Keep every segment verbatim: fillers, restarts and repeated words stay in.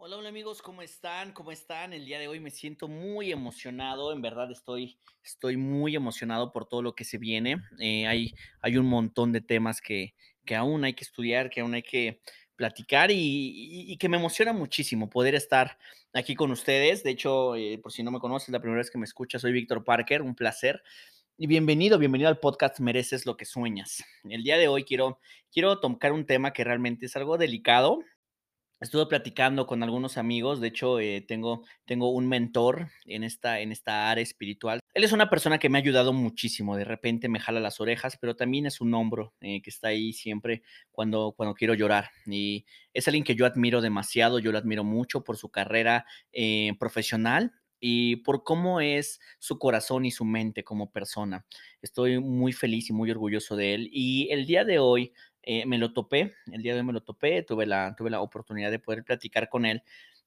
Hola, hola amigos, ¿cómo están? ¿Cómo están? El día de hoy me siento muy emocionado, en verdad estoy, estoy muy emocionado por todo lo que se viene. Eh, hay, hay un montón de temas que, que aún hay que estudiar, que aún hay que platicar y, y- y que me emociona muchísimo poder estar aquí con ustedes. De hecho, eh, por si no me conoces, la primera vez que me escuchas, soy Víctor Parker, un placer. Y bienvenido, bienvenido al podcast Mereces lo que sueñas. El día de hoy quiero, quiero tocar un tema que realmente es algo delicado. Estuve platicando con algunos amigos, de hecho, eh, tengo, tengo un mentor en esta, en esta área espiritual. Él es una persona que me ha ayudado muchísimo, de repente me jala las orejas, pero también es un hombro eh, que está ahí siempre cuando, cuando quiero llorar. Y es alguien que yo admiro demasiado, yo lo admiro mucho por su carrera eh, profesional y por cómo es su corazón y su mente como persona. Estoy muy feliz y muy orgulloso de él. Y el día de hoy eh, me lo topé, el día de hoy me lo topé, tuve la, tuve la oportunidad de poder platicar con él.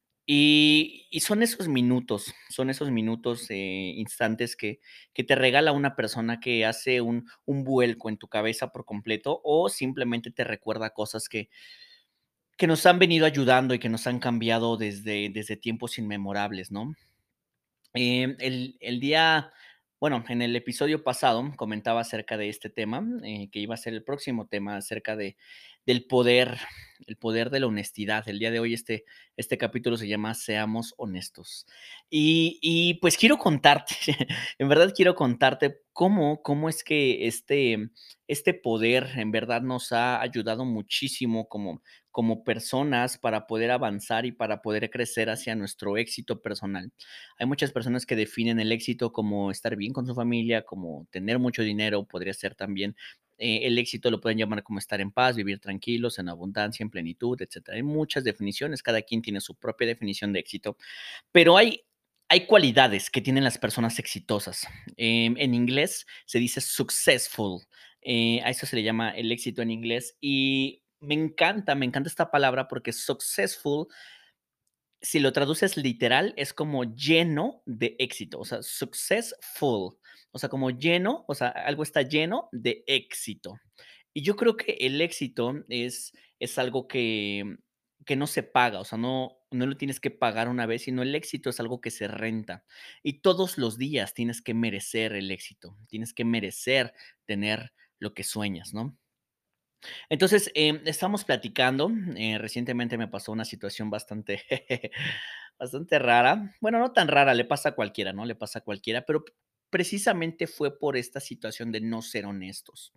Y, y son esos minutos, son esos minutos, eh, instantes que, que te regala una persona que hace un, un vuelco en tu cabeza por completo o simplemente te recuerda cosas que, que nos han venido ayudando y que nos han cambiado desde, desde tiempos inmemorables, ¿no? Em, el el día bueno, en el episodio pasado comentaba acerca de este tema, eh, que iba a ser el próximo tema acerca de del poder, el poder de la honestidad. El día de hoy este este capítulo se llama Seamos honestos. Y y, pues, quiero contarte, en verdad quiero contarte cómo cómo es que este este poder en verdad nos ha ayudado muchísimo como como personas para poder avanzar y para poder crecer hacia nuestro éxito personal. Hay muchas personas que definen el éxito como estar bien con su familia, como tener mucho dinero, podría ser también eh, el éxito lo pueden llamar como estar en paz, vivir tranquilos, en abundancia, en plenitud, etcétera. Hay muchas definiciones, cada quien tiene su propia definición de éxito, pero hay, hay cualidades que tienen las personas exitosas. Em, en inglés se dice successful, eh, a eso se le llama el éxito en inglés y me encanta, me encanta esta palabra porque successful si lo traduces literal, es como lleno de éxito, o sea, successful, o sea, como lleno, o sea, algo está lleno de éxito. Y yo creo que el éxito es, es algo que, que no se paga, o sea, no, no lo tienes que pagar una vez, sino el éxito es algo que se renta. Y todos los días tienes que merecer el éxito, tienes que merecer tener lo que sueñas, ¿no? Entonces, em, estamos platicando, eh, recientemente me pasó una situación bastante, bastante rara. Bueno, no tan rara, le pasa a cualquiera, ¿no? Le pasa a cualquiera, pero p- precisamente fue por esta situación de no ser honestos.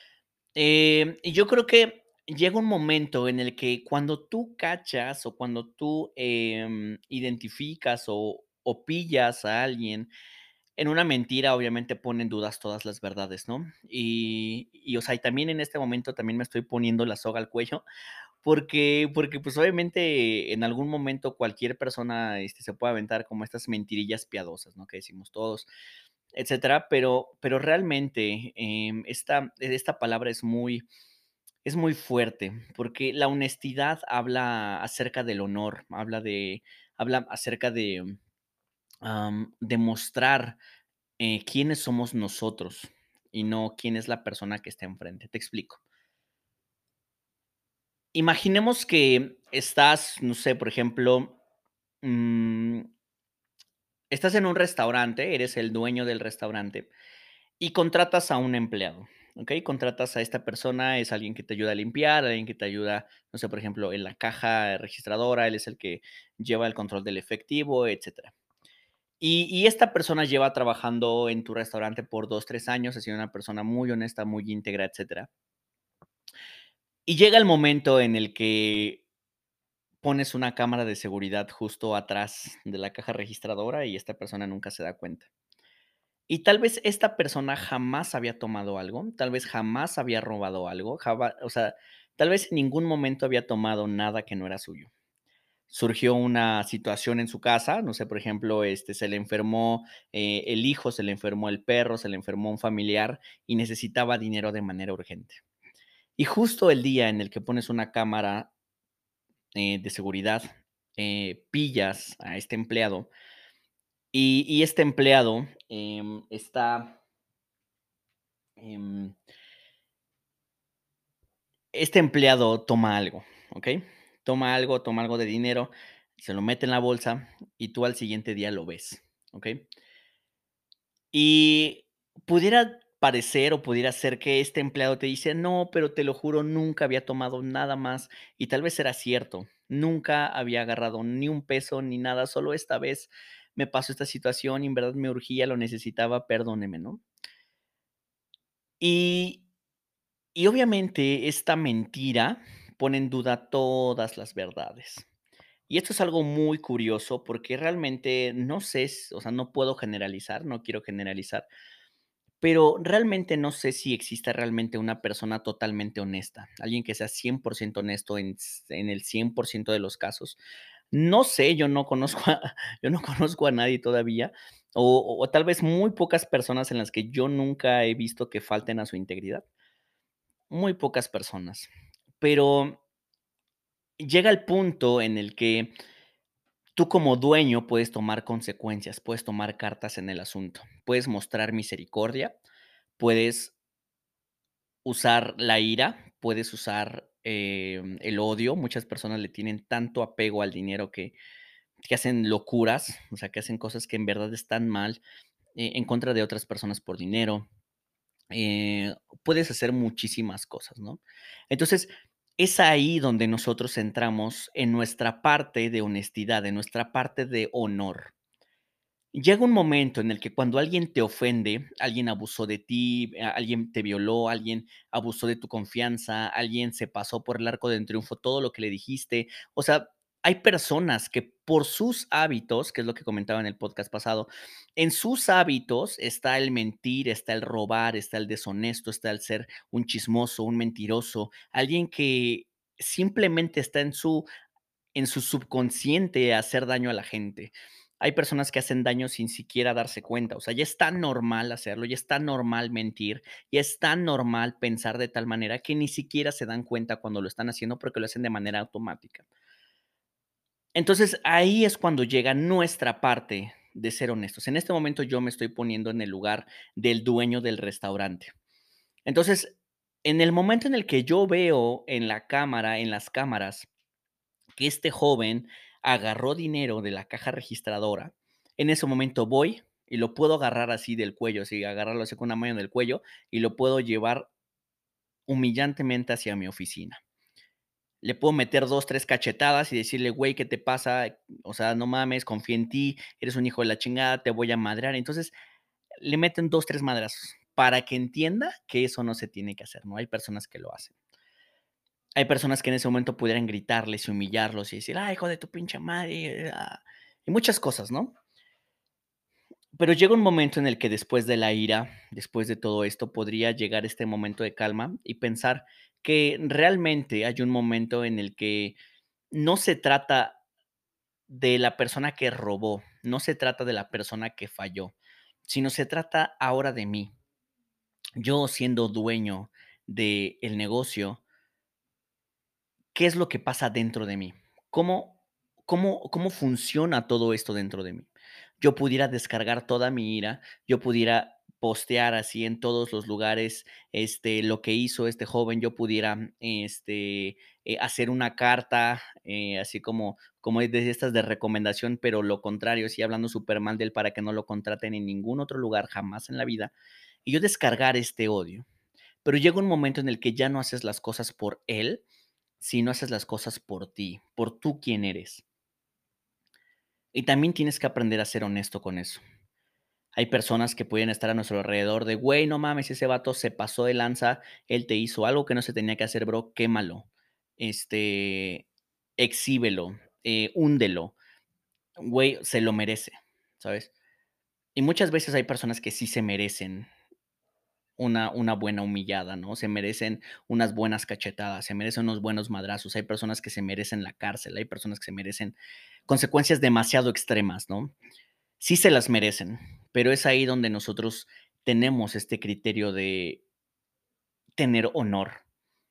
Em, y yo creo que llega un momento en el que cuando tú cachas o cuando tú em, identificas o, o pillas a alguien en una mentira, obviamente, pone en dudas todas las verdades, ¿no? Y y, o sea, y también en este momento también me estoy poniendo la soga al cuello, porque porque, pues, obviamente, en algún momento cualquier persona, este, se puede aventar como estas mentirillas piadosas, ¿no? Que decimos todos, etcétera, pero pero realmente, em, esta esta palabra es muy es muy fuerte, porque la honestidad habla acerca del honor, habla de habla acerca de, am, demostrar eh, quiénes somos nosotros y no quién es la persona que está enfrente. Te explico. Imaginemos que estás, no sé, por ejemplo, mm, estás en un restaurante, eres el dueño del restaurante y contratas a un empleado, ¿ok? Contratas a esta persona, es alguien que te ayuda a limpiar, alguien que te ayuda, no sé, por ejemplo, en la caja registradora, él es el que lleva el control del efectivo, etcétera. Y y esta persona lleva trabajando en tu restaurante por dos tres años, ha sido una persona muy honesta, muy íntegra, etcétera. Y llega el momento en el que pones una cámara de seguridad justo atrás de la caja registradora y esta persona nunca se da cuenta. Y tal vez esta persona jamás había tomado algo, tal vez jamás había robado algo, java o sea, tal vez en ningún momento había tomado nada que no era suyo. Surgió una situación en su casa, no sé, por ejemplo, este, se le enfermó, eh, el hijo, se le enfermó el perro, se le enfermó un familiar y necesitaba dinero de manera urgente. Y justo el día en el que pones una cámara, eh, de seguridad, eh, pillas a este empleado y y este empleado, em, está, em, este empleado toma algo, ¿okey? Toma algo, toma algo de dinero. se lo mete en la bolsa y tú al siguiente día lo ves, ¿ok? Y pudiera parecer o pudiera ser que este empleado te dice: "No, pero te lo juro, nunca había tomado nada más", y tal vez era cierto, nunca había agarrado ni un peso ni nada, solo esta vez me pasó esta situación y en verdad me urgía, lo necesitaba, perdóneme, ¿no? Y y obviamente esta mentira pone en duda todas las verdades. Y esto es algo muy curioso porque realmente no sé, s o sea, no puedo generalizar, no quiero generalizar, pero realmente no sé si exista realmente una persona totalmente honesta, alguien que sea cien por ciento honesto en s en el cien por ciento de los casos. No sé, yo no conozco a yo no conozco a nadie todavía, o o tal vez muy pocas personas en las que yo nunca he visto que falten a su integridad, muy pocas personas. Pero llega el punto en el que tú como dueño puedes tomar consecuencias, puedes tomar cartas en el asunto, puedes mostrar misericordia, puedes usar la ira, puedes usar, em, el odio. Muchas personas le tienen tanto apego al dinero que que hacen locuras, o sea, que hacen cosas que en verdad están mal, eh, en contra de otras personas por dinero. Eh, puedes hacer muchísimas cosas, ¿no? Entonces, es ahí donde nosotros entramos en nuestra parte de honestidad, en nuestra parte de honor. Llega un momento en el que cuando alguien te ofende, alguien abusó de ti, a alguien te violó, alguien abusó de tu confianza, alguien se pasó por el arco del triunfo todo lo que le dijiste. O sea, hay personas que por sus hábitos, que es lo que comentaba en el podcast pasado, en sus hábitos está el mentir, está el robar, está el deshonesto, está el ser un chismoso, un mentiroso, alguien que simplemente está en su en su subconsciente hacer daño a la gente. Hay personas que hacen daño sin siquiera darse cuenta, o sea, ya es tan normal hacerlo, ya es tan normal mentir, ya es tan normal pensar de tal manera que ni siquiera se dan cuenta cuando lo están haciendo porque lo hacen de manera automática. Entonces, ahí es cuando llega nuestra parte de ser honestos. En este momento yo me estoy poniendo en el lugar del dueño del restaurante. Entonces, en el momento en el que yo veo en la cámara, en las cámaras, que este joven agarró dinero de la caja registradora, en ese momento voy y lo puedo agarrar así del cuello, así agarrarlo así con una mano del cuello y lo puedo llevar humillantemente hacia mi oficina. Le puedo meter dos, tres cachetadas y decirle: "Güey, ¿qué te pasa? O sea, no mames, confío en ti, eres un hijo de la chingada, te voy a madrear". Entonces, le meten dos, tres madrazos para que entienda que eso no se tiene que hacer, ¿no? Hay personas que lo hacen. Hay personas que en ese momento pudieran gritarles y humillarlos y decir: "Ah, hijo de tu pinche madre", ah, y muchas cosas, ¿no? Pero llega un momento en el que después de la ira, después de todo esto, podría llegar este momento de calma y pensar que realmente hay un momento en el que no se trata de la persona que robó, no se trata de la persona que falló, sino se trata ahora de mí. Yo siendo dueño del negocio, ¿qué es lo que pasa dentro de mí? ¿Cómo cómo cómo funciona todo esto dentro de mí? Yo pudiera descargar toda mi ira, yo pudiera postear así en todos los lugares, este, lo que hizo este joven, yo pudiera, este, eh, hacer una carta, eh, así como como de estas de recomendación, pero lo contrario, así hablando súper mal de él para que no lo contraten en ningún otro lugar, jamás en la vida, y yo descargar este odio. Pero llega un momento en el que ya no haces las cosas por él, si no haces las cosas por ti, por tú quién eres. Y también tienes que aprender a ser honesto con eso. Hay personas que pueden estar a nuestro alrededor de, güey, no mames, ese vato se pasó de lanza, él te hizo algo que no se tenía que hacer, bro, quémalo, este, exhíbelo, eh, húndelo, güey, se lo merece, ¿sabes? Y muchas veces hay personas que sí se merecen una, una buena humillada, ¿no? Se merecen unas buenas cachetadas, se merecen unos buenos madrazos. Hay personas que se merecen la cárcel, hay personas que se merecen consecuencias demasiado extremas, ¿no? Sí se las merecen, pero es ahí donde nosotros tenemos este criterio de tener honor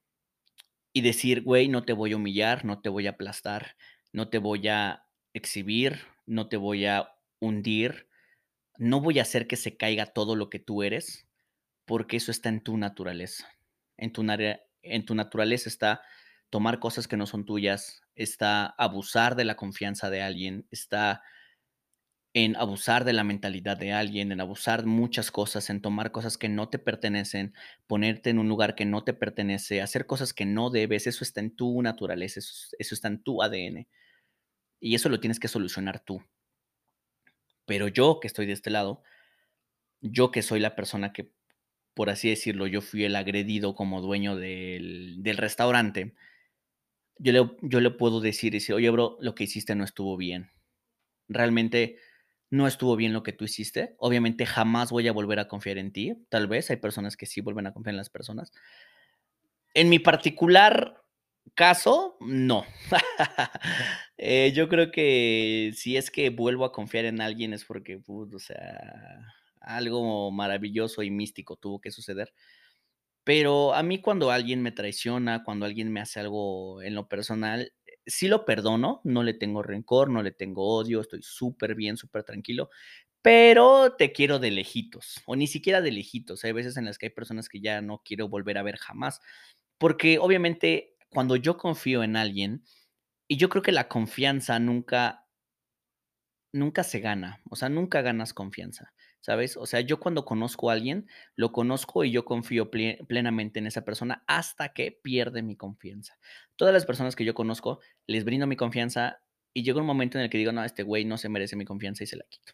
y decir, güey, no te voy a humillar, no te voy a aplastar, no te voy a exhibir, no te voy a hundir, no voy a hacer que se caiga todo lo que tú eres, porque eso está en tu naturaleza. En tu, nare- en tu naturaleza está tomar cosas que no son tuyas, está abusar de la confianza de alguien, está en abusar de la mentalidad de alguien, en abusar muchas cosas, en tomar cosas que no te pertenecen, ponerte en un lugar que no te pertenece, hacer cosas que no debes, eso está en tu naturaleza, eso, es- eso está en tu A D N y eso lo tienes que solucionar tú. Pero yo que estoy de este lado, yo que soy la persona que, por así decirlo, yo fui el agredido como dueño del, del restaurante, yo le, yo le puedo decir, decir, oye, bro, lo que hiciste no estuvo bien. Realmente no estuvo bien lo que tú hiciste. Obviamente jamás voy a volver a confiar en ti. Tal vez hay personas que sí vuelven a confiar en las personas. En mi particular caso, no. Eh, yo creo que si es que vuelvo a confiar en alguien es porque, put, o sea, algo maravilloso y místico tuvo que suceder. Pero a mí cuando alguien me traiciona, cuando alguien me hace algo en lo personal, eh, sí lo perdono, no le tengo rencor, no le tengo odio, estoy súper bien, súper tranquilo, pero te quiero de lejitos, o ni siquiera de lejitos. Hay veces en las que hay personas que ya no quiero volver a ver jamás, porque obviamente cuando yo confío en alguien, y yo creo que la confianza nunca nunca se gana, o sea, nunca ganas confianza, ¿sabes? O sea, yo cuando conozco a alguien, lo conozco y yo confío plie plenamente en esa persona hasta que pierde mi confianza. Todas las personas que yo conozco, les brindo mi confianza y llega un momento en el que digo: "No, este güey no se merece mi confianza", y se la quito.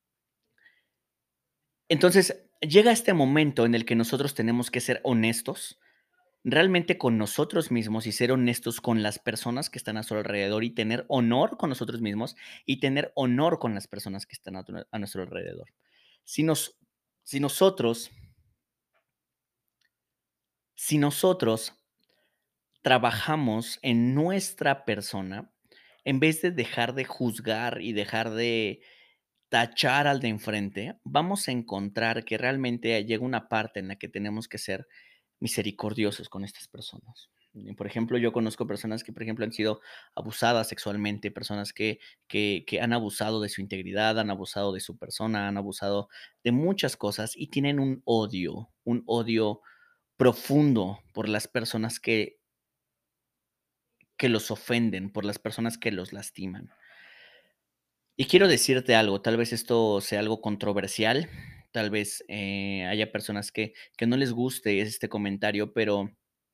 Entonces, llega este momento en el que nosotros tenemos que ser honestos, realmente con nosotros mismos y ser honestos con las personas que están a su alrededor y tener honor con nosotros mismos y tener honor con las personas que están a, tu- a nuestro alrededor. Si, nos, si nosotros, si nosotros trabajamos en nuestra persona, en vez de dejar de juzgar y dejar de tachar al de enfrente, vamos a encontrar que realmente llega una parte en la que tenemos que ser misericordiosos con estas personas. Y, por ejemplo, yo conozco personas que, por ejemplo, han sido abusadas sexualmente, personas que, que, que han abusado de su integridad, han abusado de su persona, han abusado de muchas cosas y tienen un odio, un odio profundo por las personas que, que los ofenden, por las personas que los lastiman. Y quiero decirte algo, tal vez esto sea algo controversial, tal vez eh, haya personas que, que no les guste este comentario, pero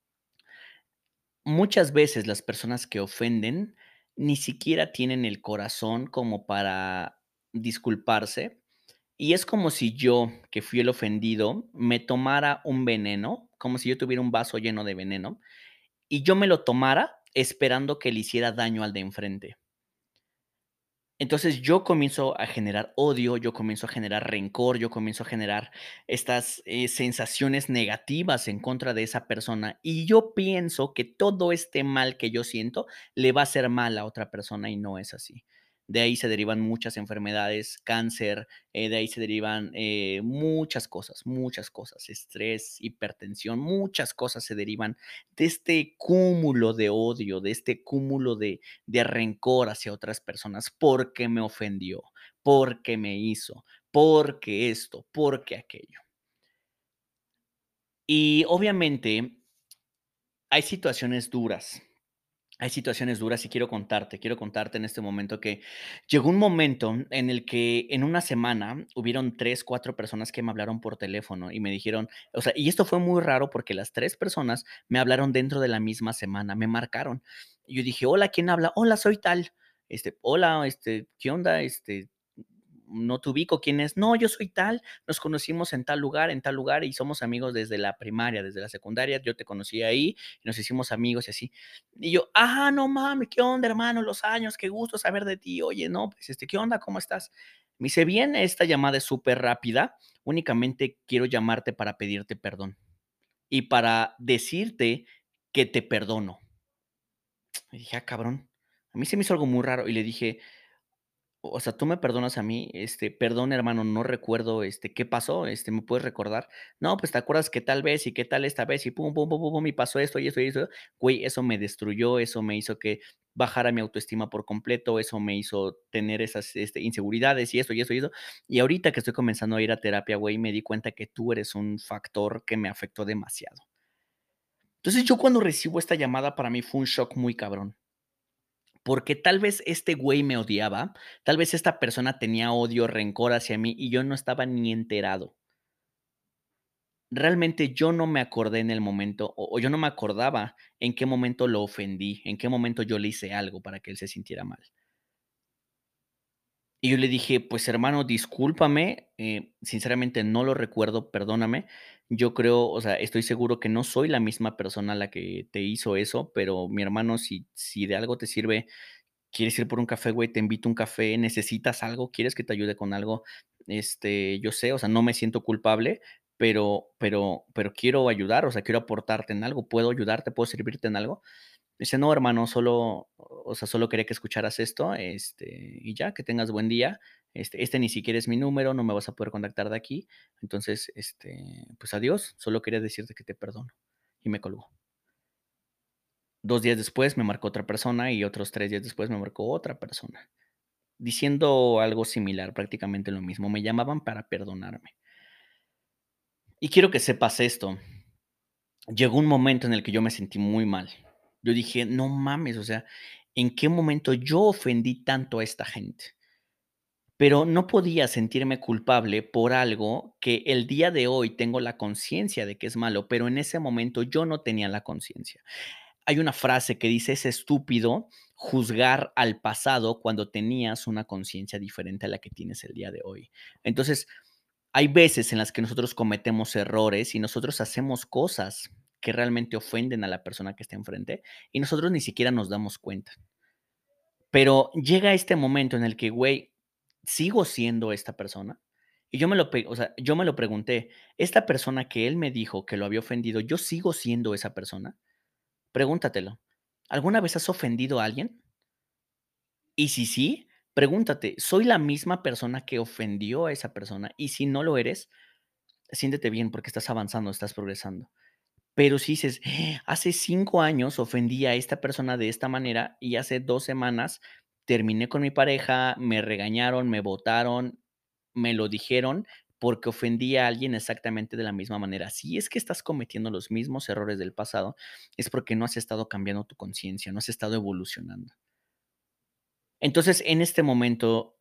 muchas veces las personas que ofenden ni siquiera tienen el corazón como para disculparse. Y es como si yo, que fui el ofendido, me tomara un veneno, como si yo tuviera un vaso lleno de veneno, y yo me lo tomara esperando que le hiciera daño al de enfrente. Entonces yo comienzo a generar odio, yo comienzo a generar rencor, yo comienzo a generar estas eh, sensaciones negativas en contra de esa persona y yo pienso que todo este mal que yo siento le va a hacer mal a otra persona y no es así. De ahí se derivan muchas enfermedades, cáncer, eh, de ahí se derivan eh, muchas cosas, muchas cosas, estrés, hipertensión, muchas cosas se derivan de este cúmulo de odio, de este cúmulo de, de rencor hacia otras personas porque me ofendió, porque me hizo, porque esto, porque aquello. Y obviamente hay situaciones duras, hay situaciones duras y quiero contarte, quiero contarte en este momento que llegó un momento en el que en una semana hubieron tres, cuatro personas que me hablaron por teléfono y me dijeron, o sea, y esto fue muy raro porque las tres personas me hablaron dentro de la misma semana, me marcaron. Y yo dije, hola, ¿quién habla? Hola, soy tal. Este, hola, este, ¿qué onda? Este, no te ubico, ¿quién es? No, yo soy tal, nos conocimos en tal lugar, en tal lugar y somos amigos desde la primaria, desde la secundaria, yo te conocí ahí, y nos hicimos amigos y así. Y yo, ah, no mames, ¿qué onda, hermano? Los años, qué gusto saber de ti. Oye, no, pues este, ¿qué onda? ¿Cómo estás? Me dice, bien, esta llamada es súper rápida, únicamente quiero llamarte para pedirte perdón y para decirte que te perdono. Y dije, ah, cabrón. A mí se me hizo algo muy raro y le dije, o sea, tú me perdonas a mí, este, perdón, hermano, no recuerdo, este, qué pasó, este, ¿me puedes recordar? No, pues te acuerdas que tal vez y qué tal esta vez y pum, pum, pum, pum, pum, y pasó esto y esto y eso. Güey, eso me destruyó, eso me hizo que bajara mi autoestima por completo, eso me hizo tener esas, este, inseguridades y esto y eso y eso. Y ahorita que estoy comenzando a ir a terapia, güey, me di cuenta que tú eres un factor que me afectó demasiado. Entonces, yo cuando recibo esta llamada, para mí fue un shock muy cabrón. Porque tal vez este güey me odiaba, tal vez esta persona tenía odio, rencor hacia mí y yo no estaba ni enterado. Realmente yo no me acordé en el momento, o o yo no me acordaba en qué momento lo ofendí, en qué momento yo le hice algo para que él se sintiera mal. Y yo le dije: "Pues, hermano, discúlpame, eh, sinceramente no lo recuerdo, perdóname. Yo creo, o sea, estoy seguro que no soy la misma persona la que te hizo eso, pero mi hermano, si si de algo te sirve, quieres ir por un café, güey, te invito a un café, necesitas algo, quieres que te ayude con algo, este, yo sé, o sea, no me siento culpable, pero pero pero quiero ayudar, o sea, quiero aportarte en algo, ¿puedo ayudarte? ¿Puedo servirte en algo?". Dice: "No, hermano, solo, o sea, solo quería que escucharas esto, este, y ya, que tengas buen día. Este este ni siquiera es mi número, no me vas a poder contactar de aquí. Entonces, este, pues adiós, solo quería decirte que te perdono". Y me colgó. Dos días después me marcó otra persona y otros tres días después me marcó otra persona, diciendo algo similar, prácticamente lo mismo. Me llamaban para perdonarme. Y quiero que sepas esto. Llegó un momento en el que yo me sentí muy mal. Yo dije: "No mames, o sea, ¿en qué momento yo ofendí tanto a esta gente?". Pero no podía sentirme culpable por algo que el día de hoy tengo la conciencia de que es malo, pero en ese momento yo no tenía la conciencia. Hay una frase que dice: "Es estúpido juzgar al pasado cuando tenías una conciencia diferente a la que tienes el día de hoy". Entonces, hay veces en las que nosotros cometemos errores y nosotros hacemos cosas que realmente ofenden a la persona que está enfrente y nosotros ni siquiera nos damos cuenta. Pero llega este momento en el que, güey, ¿sigo siendo esta persona? Y yo me lo pe o sea, yo me lo pregunté, esta persona que él me dijo que lo había ofendido, ¿yo sigo siendo esa persona? Pregúntatelo. ¿Alguna vez has ofendido a alguien? Y si sí, pregúntate, ¿soy la misma persona que ofendió a esa persona? Y si no lo eres, siéntete bien porque estás avanzando, estás progresando. Pero si dices, hace cinco años ofendí a esta persona de esta manera y hace dos semanas terminé con mi pareja, me regañaron, me botaron, me lo dijeron porque ofendí a alguien exactamente de la misma manera. Si es que estás cometiendo los mismos errores del pasado, es porque no has estado cambiando tu conciencia, no has estado evolucionando. Entonces, en este momento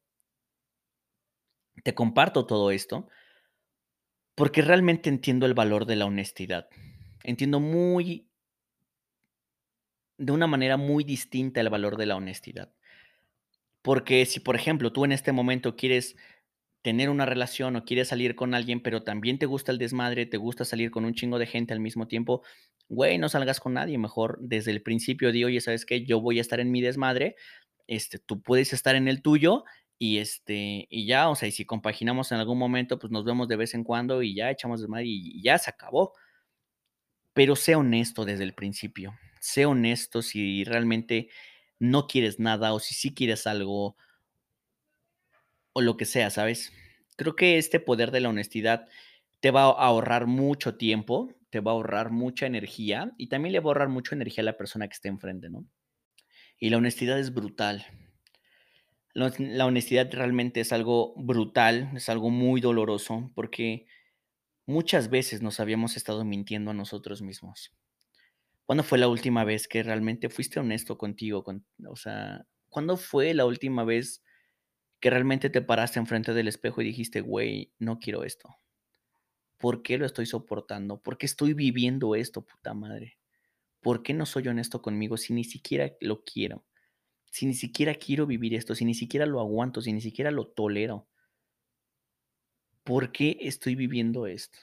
te comparto todo esto porque realmente entiendo el valor de la honestidad. Entiendo muy de una manera muy distinta el valor de la honestidad. Porque si, por ejemplo, tú en este momento quieres tener una relación o quieres salir con alguien, pero también te gusta el desmadre, te gusta salir con un chingo de gente al mismo tiempo, güey, no salgas con nadie. Mejor desde el principio di, oye, ¿sabes qué? Yo voy a estar en mi desmadre, este, tú puedes estar en el tuyo y este, y ya, o sea, y si compaginamos en algún momento, pues nos vemos de vez en cuando y ya echamos desmadre y y ya se acabó. Pero sé honesto desde el principio. Sé honesto si realmente no quieres nada o si sí quieres algo o lo que sea, ¿sabes? Creo que este poder de la honestidad te va a ahorrar mucho tiempo, te va a ahorrar mucha energía y también le va a ahorrar mucha energía a la persona que esté enfrente, ¿no? Y la honestidad es brutal. La hon la honestidad realmente es algo brutal, es algo muy doloroso, porque muchas veces nos habíamos estado mintiendo a nosotros mismos. ¿Cuándo fue la última vez que realmente fuiste honesto contigo? Con, o sea, ¿cuándo fue la última vez que realmente te paraste enfrente del espejo y dijiste: "Güey, no quiero esto"? ¿Por qué lo estoy soportando? ¿Por qué estoy viviendo esto, puta madre? ¿Por qué no soy honesto conmigo si ni siquiera lo quiero? Si ni siquiera quiero vivir esto, si ni siquiera lo aguanto, si ni siquiera lo tolero. ¿Por qué estoy viviendo esto?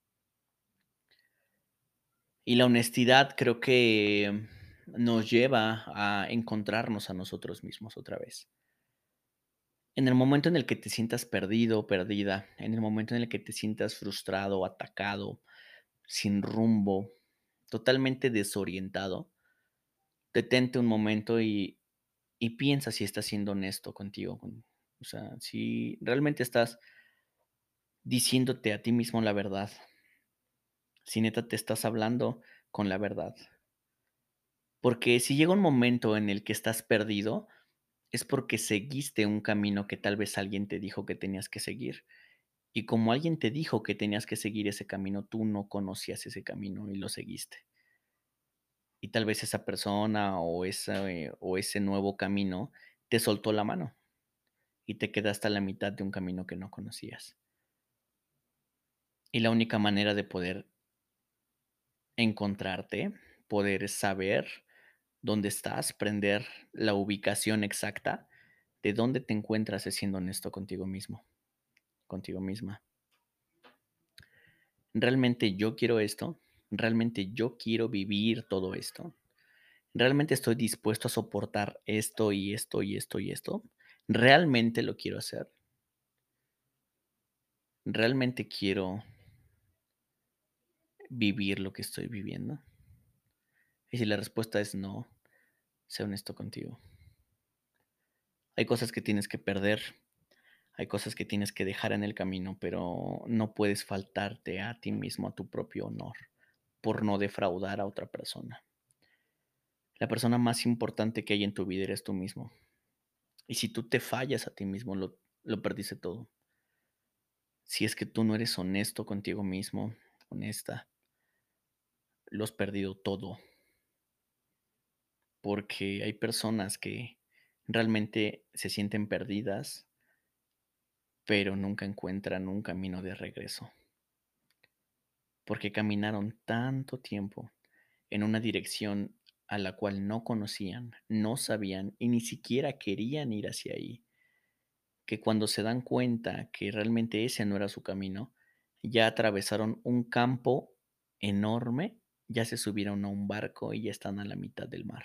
Y la honestidad creo que nos lleva a encontrarnos a nosotros mismos otra vez. En el momento en el que te sientas perdido o perdida, en el momento en el que te sientas frustrado, atacado, sin rumbo, totalmente desorientado, detente un momento y, y piensa si estás siendo honesto contigo. con- o sea, si realmente estás diciéndote a ti mismo la verdad, si neta te estás hablando con la verdad. Porque si llega un momento en el que estás perdido, es porque seguiste un camino que tal vez alguien te dijo que tenías que seguir. Y como alguien te dijo que tenías que seguir ese camino, tú no conocías ese camino y lo seguiste. y tal vez esa persona o ese o ese nuevo camino te soltó la mano y te quedaste a la mitad de un camino que no conocías. Y la única manera de poder encontrarte, poder saber dónde estás, prender la ubicación exacta de dónde te encuentras es siendo honesto contigo mismo, contigo misma. ¿Realmente yo quiero esto? ¿Realmente yo quiero vivir todo esto? ¿Realmente estoy dispuesto a soportar esto y esto y esto y esto? ¿Realmente lo quiero hacer? ¿Realmente quiero vivir lo que estoy viviendo? Y si la respuesta es no, sé honesto contigo. Hay cosas que tienes que perder, hay cosas que tienes que dejar en el camino, pero no puedes faltarte a ti mismo, a tu propio honor, por no defraudar a otra persona. La persona más importante que hay en tu vida eres tú mismo. Y si tú te fallas a ti mismo, lo, lo perdiste todo. Si es que tú no eres honesto contigo mismo, honesta, lo has perdido todo. Porque hay personas que realmente se sienten perdidas, pero nunca encuentran un camino de regreso. Porque caminaron tanto tiempo en una dirección a la cual no conocían, no sabían y ni siquiera querían ir hacia ahí, que cuando se dan cuenta que realmente ese no era su camino, ya atravesaron un campo enorme, ya se subieron a un barco y ya están a la mitad del mar.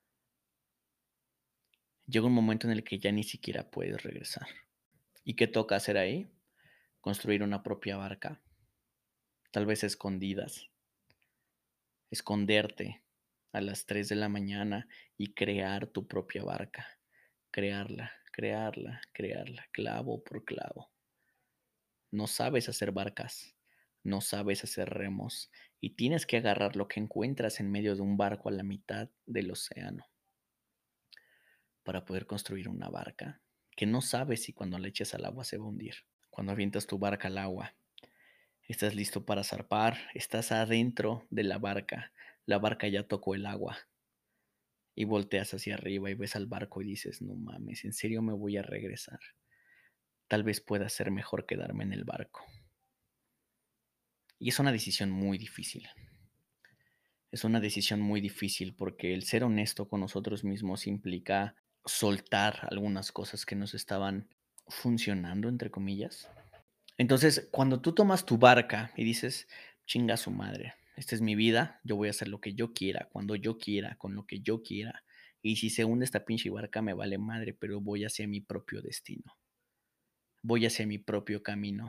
Llega un momento en el que ya ni siquiera puedes regresar. ¿Y qué toca hacer ahí? Construir una propia barca, tal vez escondidas, esconderte a las tres de la mañana y crear tu propia barca, crearla, crearla, crearla, clavo por clavo. No sabes hacer barcas, no sabes hacer remos y tienes que agarrar lo que encuentras en medio de un barco a la mitad del océano para poder construir una barca que no sabes si cuando le eches al agua se va a hundir. Cuando avientas tu barca al agua, estás listo para zarpar, estás adentro de la barca, la barca ya tocó el agua y volteas hacia arriba y ves al barco y dices, no mames, ¿en serio me voy a regresar? Tal vez pueda ser mejor quedarme en el barco. Y es una decisión muy difícil. Es una decisión muy difícil porque el ser honesto con nosotros mismos implica soltar algunas cosas que nos estaban funcionando, entre comillas. Entonces, cuando tú tomas tu barca y dices, chinga su madre, esta es mi vida, yo voy a hacer lo que yo quiera, cuando yo quiera, con lo que yo quiera. Y si se hunde esta pinche barca, me vale madre, pero voy hacia mi propio destino. Voy hacia mi propio camino.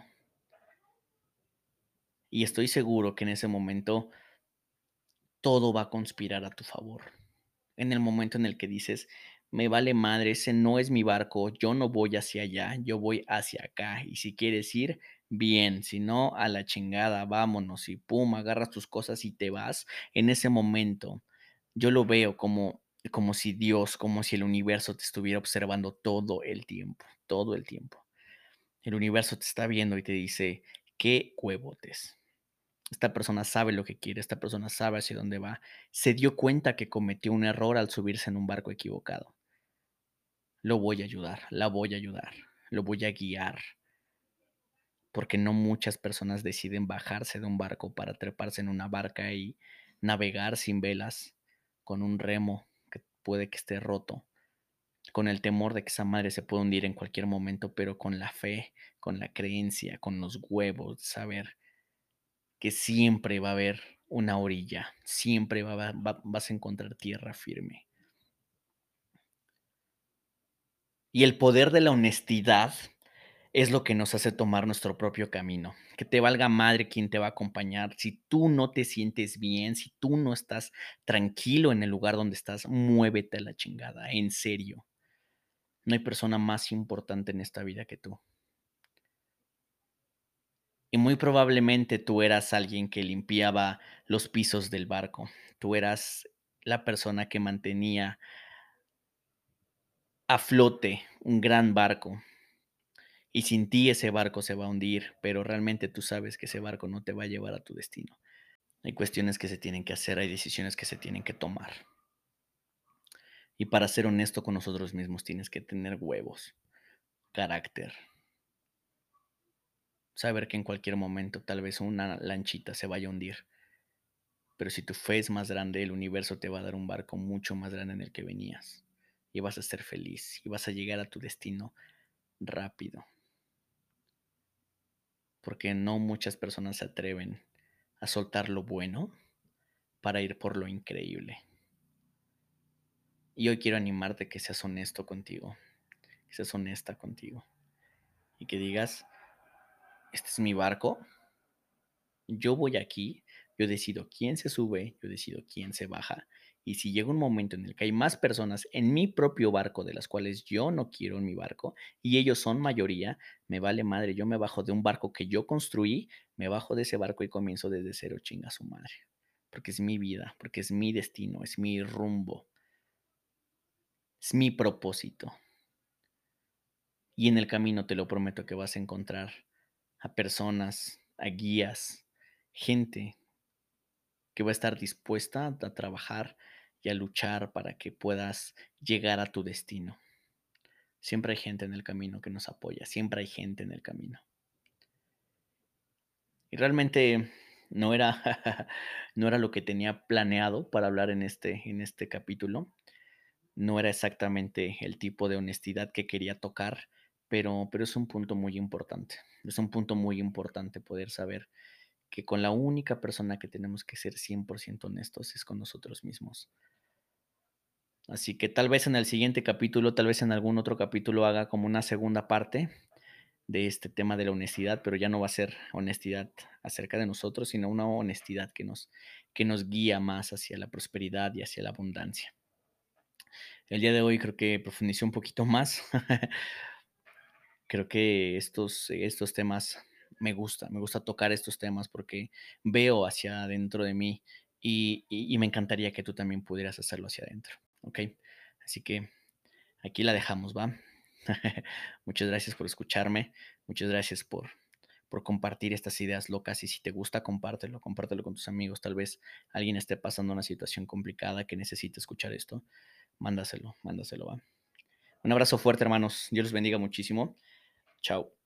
Y estoy seguro que en ese momento todo va a conspirar a tu favor. En el momento en el que dices, me vale madre, ese no es mi barco, yo no voy hacia allá, yo voy hacia acá. Y si quieres ir, bien, si no, a la chingada, vámonos. Y pum, agarras tus cosas y te vas. En ese momento, yo lo veo como, como si Dios, como si el universo te estuviera observando todo el tiempo, todo el tiempo. El universo te está viendo y te dice, qué huevotes. Esta persona sabe lo que quiere, esta persona sabe hacia dónde va. Se dio cuenta que cometió un error al subirse en un barco equivocado. Lo voy a ayudar, la voy a ayudar, lo voy a guiar, porque no muchas personas deciden bajarse de un barco para treparse en una barca y navegar sin velas, con un remo que puede que esté roto, con el temor de que esa madre se pueda hundir en cualquier momento, pero con la fe, con la creencia, con los huevos, saber que siempre va a haber una orilla, siempre va, va- va- vas a encontrar tierra firme. Y el poder de la honestidad es lo que nos hace tomar nuestro propio camino. Que te valga madre quien te va a acompañar. Si tú no te sientes bien, si tú no estás tranquilo en el lugar donde estás, muévete a la chingada, en serio. No hay persona más importante en esta vida que tú. Y muy probablemente tú eras alguien que limpiaba los pisos del barco. Tú eras la persona que mantenía a flote un gran barco. Y sin ti ese barco se va a hundir, pero realmente tú sabes que ese barco no te va a llevar a tu destino. Hay cuestiones que se tienen que hacer, hay decisiones que se tienen que tomar. Y para ser honesto con nosotros mismos tienes que tener huevos, carácter, saber que en cualquier momento tal vez una lanchita se vaya a hundir, pero si tu fe es más grande, el universo te va a dar un barco mucho más grande en el que venías. Y vas a ser feliz y vas a llegar a tu destino rápido. Porque no muchas personas se atreven a soltar lo bueno para ir por lo increíble. Y hoy quiero animarte que seas honesto contigo, que seas honesta contigo y que digas, este es mi barco, yo voy aquí, yo decido quién se sube, yo decido quién se baja. Y si llega un momento en el que hay más personas en mi propio barco de las cuales yo no quiero en mi barco y ellos son mayoría, me vale madre, yo me bajo de un barco que yo construí, me bajo de ese barco y comienzo desde cero, chinga su madre. Porque es mi vida, porque es mi destino, es mi rumbo, es mi propósito. Y en el camino te lo prometo que vas a encontrar a personas, a guías, gente que va a estar dispuesta a trabajar y a luchar para que puedas llegar a tu destino. Siempre hay gente en el camino que nos apoya, siempre hay gente en el camino. Y realmente no era, no era lo que tenía planeado para hablar en este, en este capítulo. No era exactamente el tipo de honestidad que quería tocar, pero, pero es un punto muy importante. Es un punto muy importante poder saber que con la única persona que tenemos que ser cien por ciento honestos es con nosotros mismos. Así que tal vez en el siguiente capítulo, tal vez en algún otro capítulo haga como una segunda parte de este tema de la honestidad, pero ya no va a ser honestidad acerca de nosotros, sino una honestidad que nos, que nos guía más hacia la prosperidad y hacia la abundancia. El día de hoy creo que profundicé un poquito más. Creo que estos, estos temas me gusta, me gusta tocar estos temas porque veo hacia adentro de mí y, y, y me encantaría que tú también pudieras hacerlo hacia adentro, ¿ok? Así que aquí la dejamos, ¿va? Muchas gracias por escucharme, muchas gracias por, por compartir estas ideas locas y si te gusta, compártelo, compártelo con tus amigos, tal vez alguien esté pasando una situación complicada que necesite escuchar esto, mándaselo, mándaselo, ¿va? Un abrazo fuerte, hermanos, Dios los bendiga muchísimo, chao.